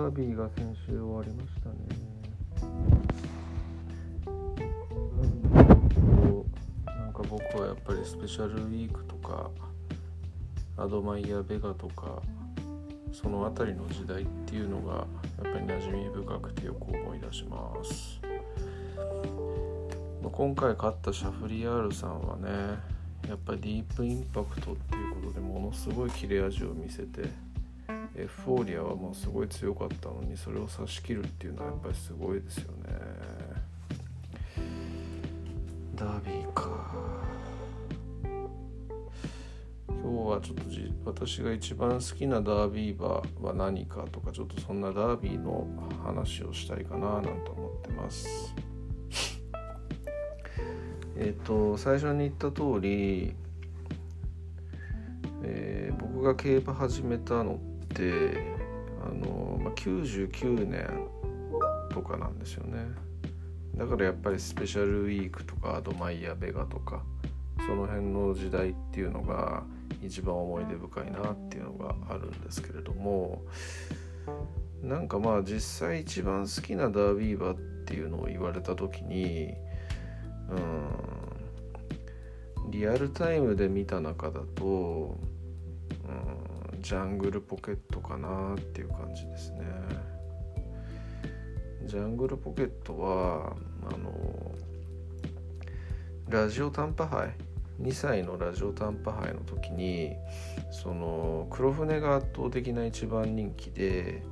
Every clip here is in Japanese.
ービーが先週終わりましたね。なんか僕はやっぱりスペシャルウィークとかアドマイヤ・ベガとかそのあたりの時代っていうのがやっぱり馴染み深くてよく思い出します。今回勝ったシャフリヤールさんはね、やっぱりディープインパクトっていうことでものすごい切れ味を見せて、エフフォーリアはもうすごい強かったのにそれを差し切るっていうのはやっぱりすごいですよね。ダービーか。今日はちょっと私が一番好きなダービー馬は何かとか、ちょっとそんなダービーの話をしたいかななんて思ってます。最初に言った通り、僕が競馬始めたのって99年とかなんですよね。だからやっぱりスペシャルウィークとかアドマイヤ・ベガとかその辺の時代っていうのが一番思い出深いなっていうのがあるんですけれども、なんか実際一番好きなダービー馬っていうのを言われた時に、リアルタイムで見た中だと、ジャングルポケットかなっていう感じですね。ジャングルポケットはラジオ短波杯2歳のラジオ短波杯の時にその黒船が圧倒的な一番人気で、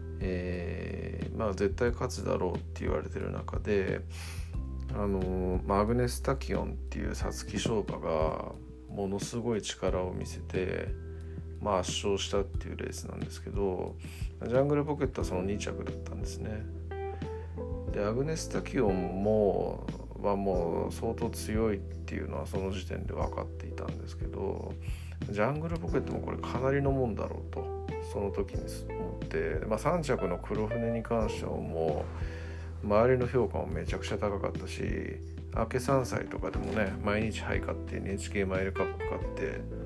絶対勝つだろうって言われてる中でアグネス・タキオンっていう皐月賞馬がものすごい力を見せて、圧勝したっていうレースなんですけど、ジャングルポケットはその2着だったんですね。でアグネス・タキオンもう相当強いっていうのはその時点で分かっていたんですけど、ジャングルポケットもこれかなりのもんだろうとその時に思って、3着の黒船に関してはもう周りの評価もめちゃくちゃ高かったし、明け3歳とかでもね毎日ハイ勝って NHK マイルカップ勝って、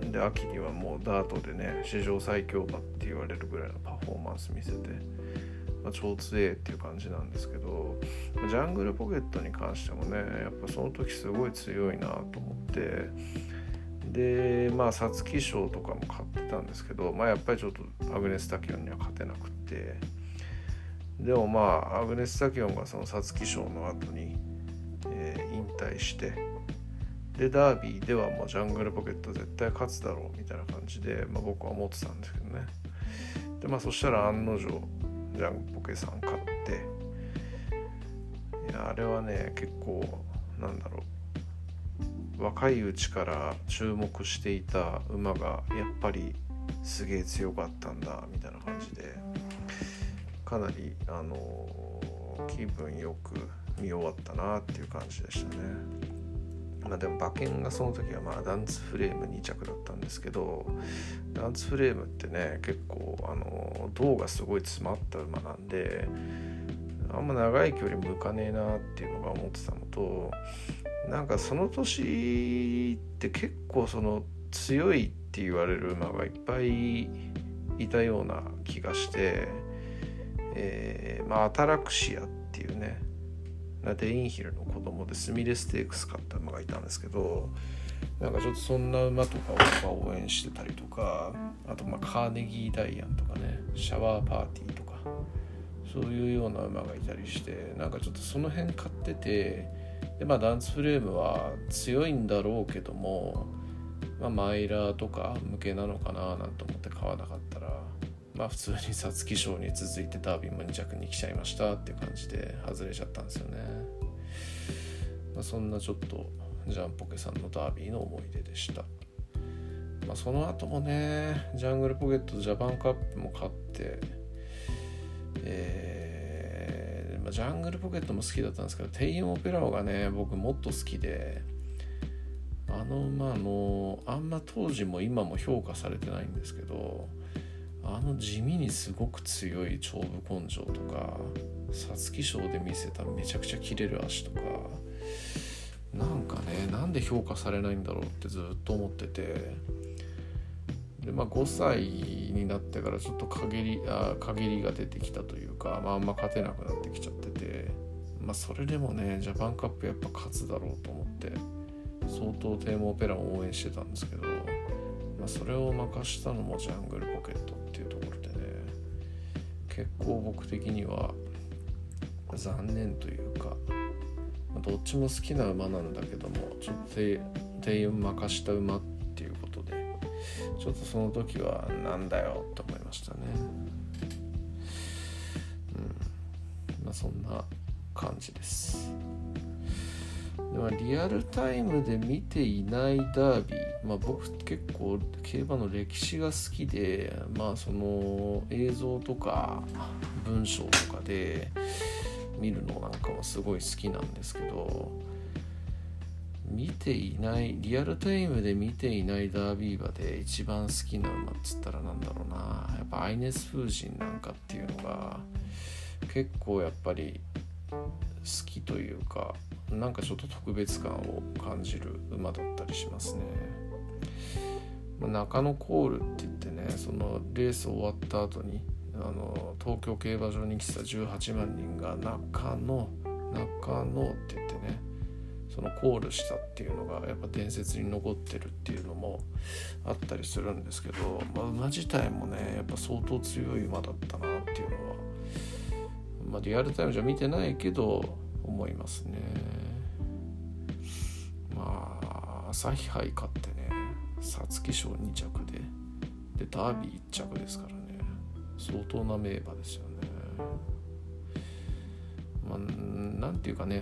で秋にはもうダートでね史上最強馬って言われるぐらいのパフォーマンス見せて、超強いっていう感じなんですけど、ジャングルポケットに関してもねやっぱその時すごい強いなと思って、で皐月賞とかも買ってたんですけど、やっぱりちょっとアグネス・タキオンには勝てなくって、でもアグネス・タキオンがその皐月賞の後に、引退して、でダービーではもうジャングルポケット絶対勝つだろうみたいな感じで、僕は思ってたんですけどね。でそしたら案の定ジャンポケさん勝って、あれはね結構若いうちから注目していた馬がやっぱりすげえ強かったんだみたいな感じで、かなり気分よく見終わったなっていう感じでしたね。でも馬券がその時はダンツフレーム2着だったんですけど、ダンツフレームってね結構胴がすごい詰まった馬なんで、あんま長い距離向かねえなっていうのが思ってたのと、その年って結構その強いって言われる馬がいっぱいいたような気がして、アタラクシアっていうねデインヒルの子供でスミレステークス買った馬がいたんですけど、ちょっとそんな馬とかを応援してたりとか、あとカーネギーダイアンとかねシャワーパーティーとかそういうような馬がいたりして、ちょっとその辺買ってて、でダンツフレームは強いんだろうけども、マイラーとか向けなのかななんて思って買わなかったら、普通に皐月賞に続いてダービーも2着に来ちゃいましたっていう感じで外れちゃったんですよね。そんなちょっとジャンポケさんのダービーの思い出でした。その後もねジャングルポケットジャパンカップも勝って、ジャングルポケットも好きだったんですけど、テインオペラオがね僕もっと好きで、あの馬あんま当時も今も評価されてないんですけど、地味にすごく強い勝負根性とか皐月賞で見せためちゃくちゃ切れる足とか、なんで評価されないんだろうってずっと思ってて、 で5歳になってからちょっと陰りが出てきたというか、あんま勝てなくなってきちゃってて、それでもねジャパンカップやっぱ勝つだろうと思って相当テーマオペラを応援してたんですけど、それを任したのもジャングルポケットっていうところでね、結構僕的には残念というか、どっちも好きな馬なんだけども、ちょっと定員任した馬っていうことでちょっとその時はなんだよと思いましたね。そんな感じです。で、リアルタイムで見ていないダービー、僕結構競馬の歴史が好きで、その映像とか文章とかで見るのなんかもすごい好きなんですけど、リアルタイムで見ていないダービー馬で一番好きな馬っつったらなんだろうな、やっぱアイネス風神なんかっていうのが結構やっぱり好きというか、なんかちょっと特別感を感じる馬だったりしますね。中野コールって言ってね、そのレース終わった後に東京競馬場に来てた18万人が中野って言ってね、そのコールしたっていうのがやっぱ伝説に残ってるっていうのもあったりするんですけど、馬自体もねやっぱ相当強い馬だったなっていうのは、リアルタイムじゃ見てないけど思いますね。朝日杯勝ってね、皐月賞2着でダービー1着ですからね、相当な名馬ですよね。なんていうかね、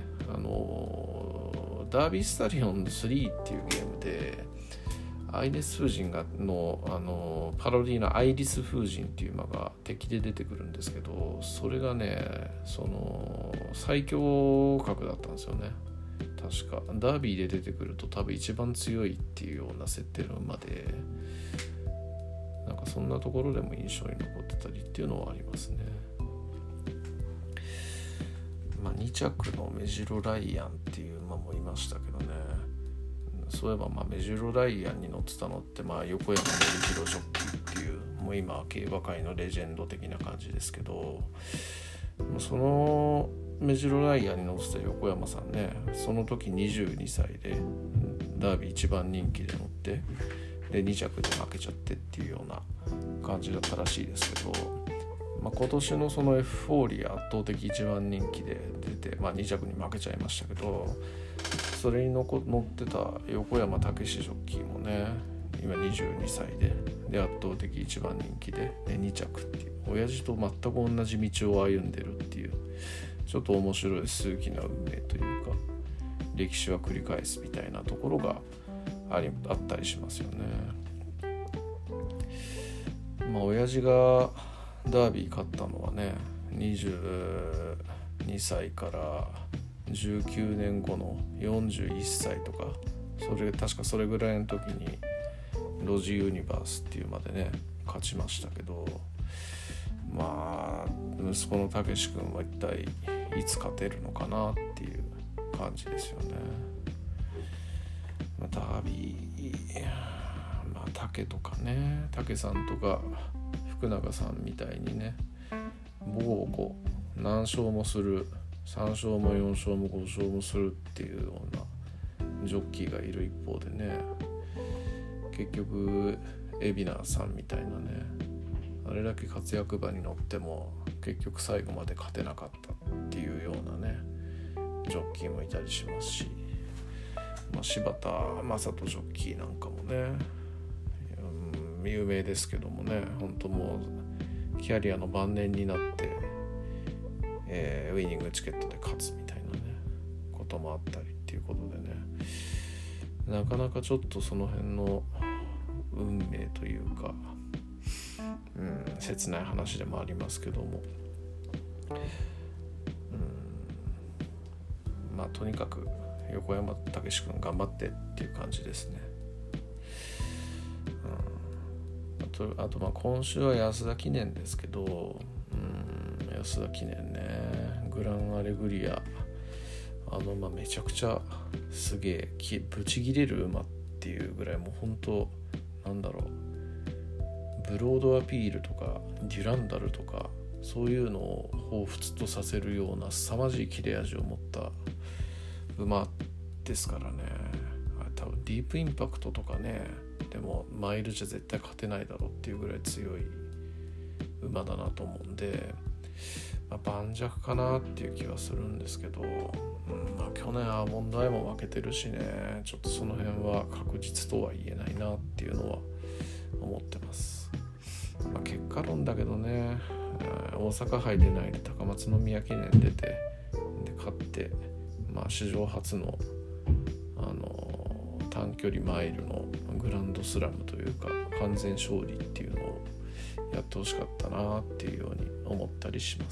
ダービースタリオン3っていうゲームでアイリス風神のパロディのアイリス風神っていう馬が敵で出てくるんですけど、それがねその最強格だったんですよね。確かダービーで出てくると多分一番強いっていうような設定の馬で、なんかそんなところでも印象に残ってたりっていうのはありますね。2着のメジロライアンっていう馬もいましたけどね、そういえばメジロライアンに乗ってたのって横山メジロジョッキーっていう、もう今競馬界のレジェンド的な感じですけど、そのメジロライアンに乗ってた横山さんね、その時22歳でダービー一番人気で乗ってで2着で負けちゃってっていうような感じだったらしいですけど、今年のそのエフフォーリア圧倒的一番人気で出て、2着に負けちゃいましたけど、それに乗ってた横山武史ジョッキーもね今22歳で圧倒的一番人気で2着っていう、親父と全く同じ道を歩んでるっていう、ちょっと面白い数奇な運命というか歴史は繰り返すみたいなところがあったりしますよね。親父がダービー勝ったのはね22歳から19年後の41歳とか、確かそれぐらいの時にロジユニバースっていうまでね勝ちましたけど、息子のたけし君は一体いつ勝てるのかなっていう感じですよね。ダービー竹とかね、竹さんとか福永さんみたいにねボコ何勝もする、3勝も4勝も5勝もするっていうようなジョッキーがいる一方でね、結局海老名さんみたいなね、あれだけ活躍馬に乗っても結局最後まで勝てなかったっていうようなねジョッキーもいたりしますし、柴田正人ジョッキーなんかもね、有名ですけどもね、本当もうキャリアの晩年になって、ウイニングチケットで勝つみたいなねこともあったりっていうことでね、なかなかちょっとその辺の運命というか、切ない話でもありますけども、とにかく横山武史君頑張ってっていう感じですね。あと今週は安田記念ですけど、安田記念ね、グランアレグリアめちゃくちゃすげえブチギレる馬っていうぐらい、もう本当ブロードアピールとかデュランダルとかそういうのを彷彿とさせるような凄まじい切れ味を持った馬ですからね。多分ディープインパクトとかね、でもマイルじゃ絶対勝てないだろうっていうぐらい強い馬だなと思うんで、盤石かなっていう気はするんですけど、去年アーモンドアイも負けてるしね、ちょっとその辺は確実とは言えないなっていうのは思ってます。結果論だけどね、大阪杯出ないで高松宮記念出てで勝って、史上初の短距離マイルのグランドスラムというか完全勝利っていうのをやってほしかったなっていうように思ったりします。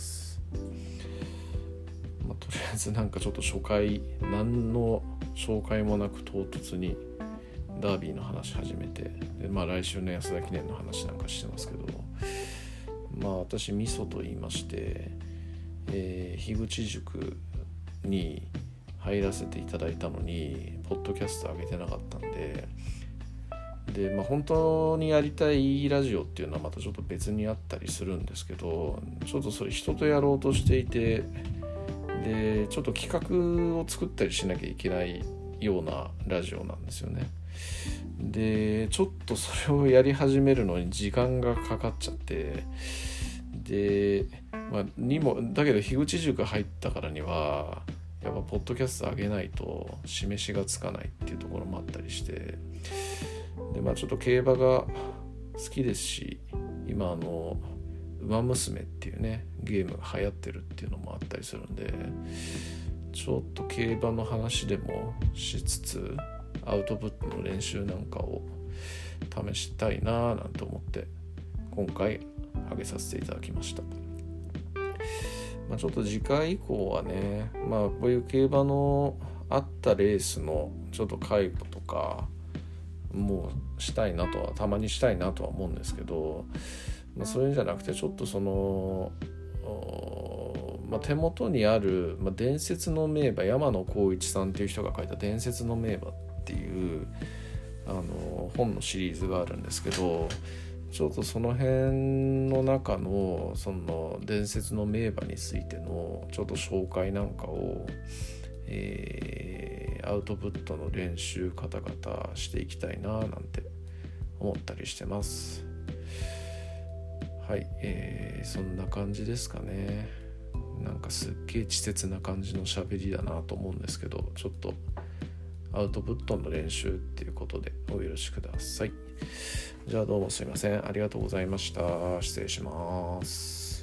とりあえずちょっと初回何の紹介もなく唐突にダービーの話始めて、で来週の安田記念の話なんかしてますけど、私味噌と言いまして、樋口塾に入らせていただいたのにポッドキャスト上げてなかったんで、本当にやりたいラジオっていうのはまたちょっと別にあったりするんですけど、ちょっとそれ人とやろうとしていて、でちょっと企画を作ったりしなきゃいけないようなラジオなんですよね。でちょっとそれをやり始めるのに時間がかかっちゃって、で、だけど樋口塾入ったからにはやっぱポッドキャスト上げないと示しがつかないっていうところもあったりして、でちょっと競馬が好きですし、今馬娘っていうねゲームが流行ってるっていうのもあったりするんで、ちょっと競馬の話でもしつつアウトプットの練習なんかを試したいななんて思って今回上げさせていただきました。ちょっと次回以降はね、こういう競馬のあったレースのちょっと回顧とかもうしたいなとはたまにしたいなとは思うんですけど、そういうんじゃなくてちょっと手元にある、伝説の名馬山野浩一さんっていう人が書いた伝説の名馬っていう本のシリーズがあるんですけど、ちょっとその辺の中のその伝説の名馬についてのちょっと紹介なんかを、アウトプットの練習方々していきたいななんて思ったりしてます。はい、そんな感じですかね。すっげえ稚拙な感じの喋りだなと思うんですけど、ちょっとアウトプットの練習っていうことでお許しください。じゃあどうもすいません。ありがとうございました。失礼します。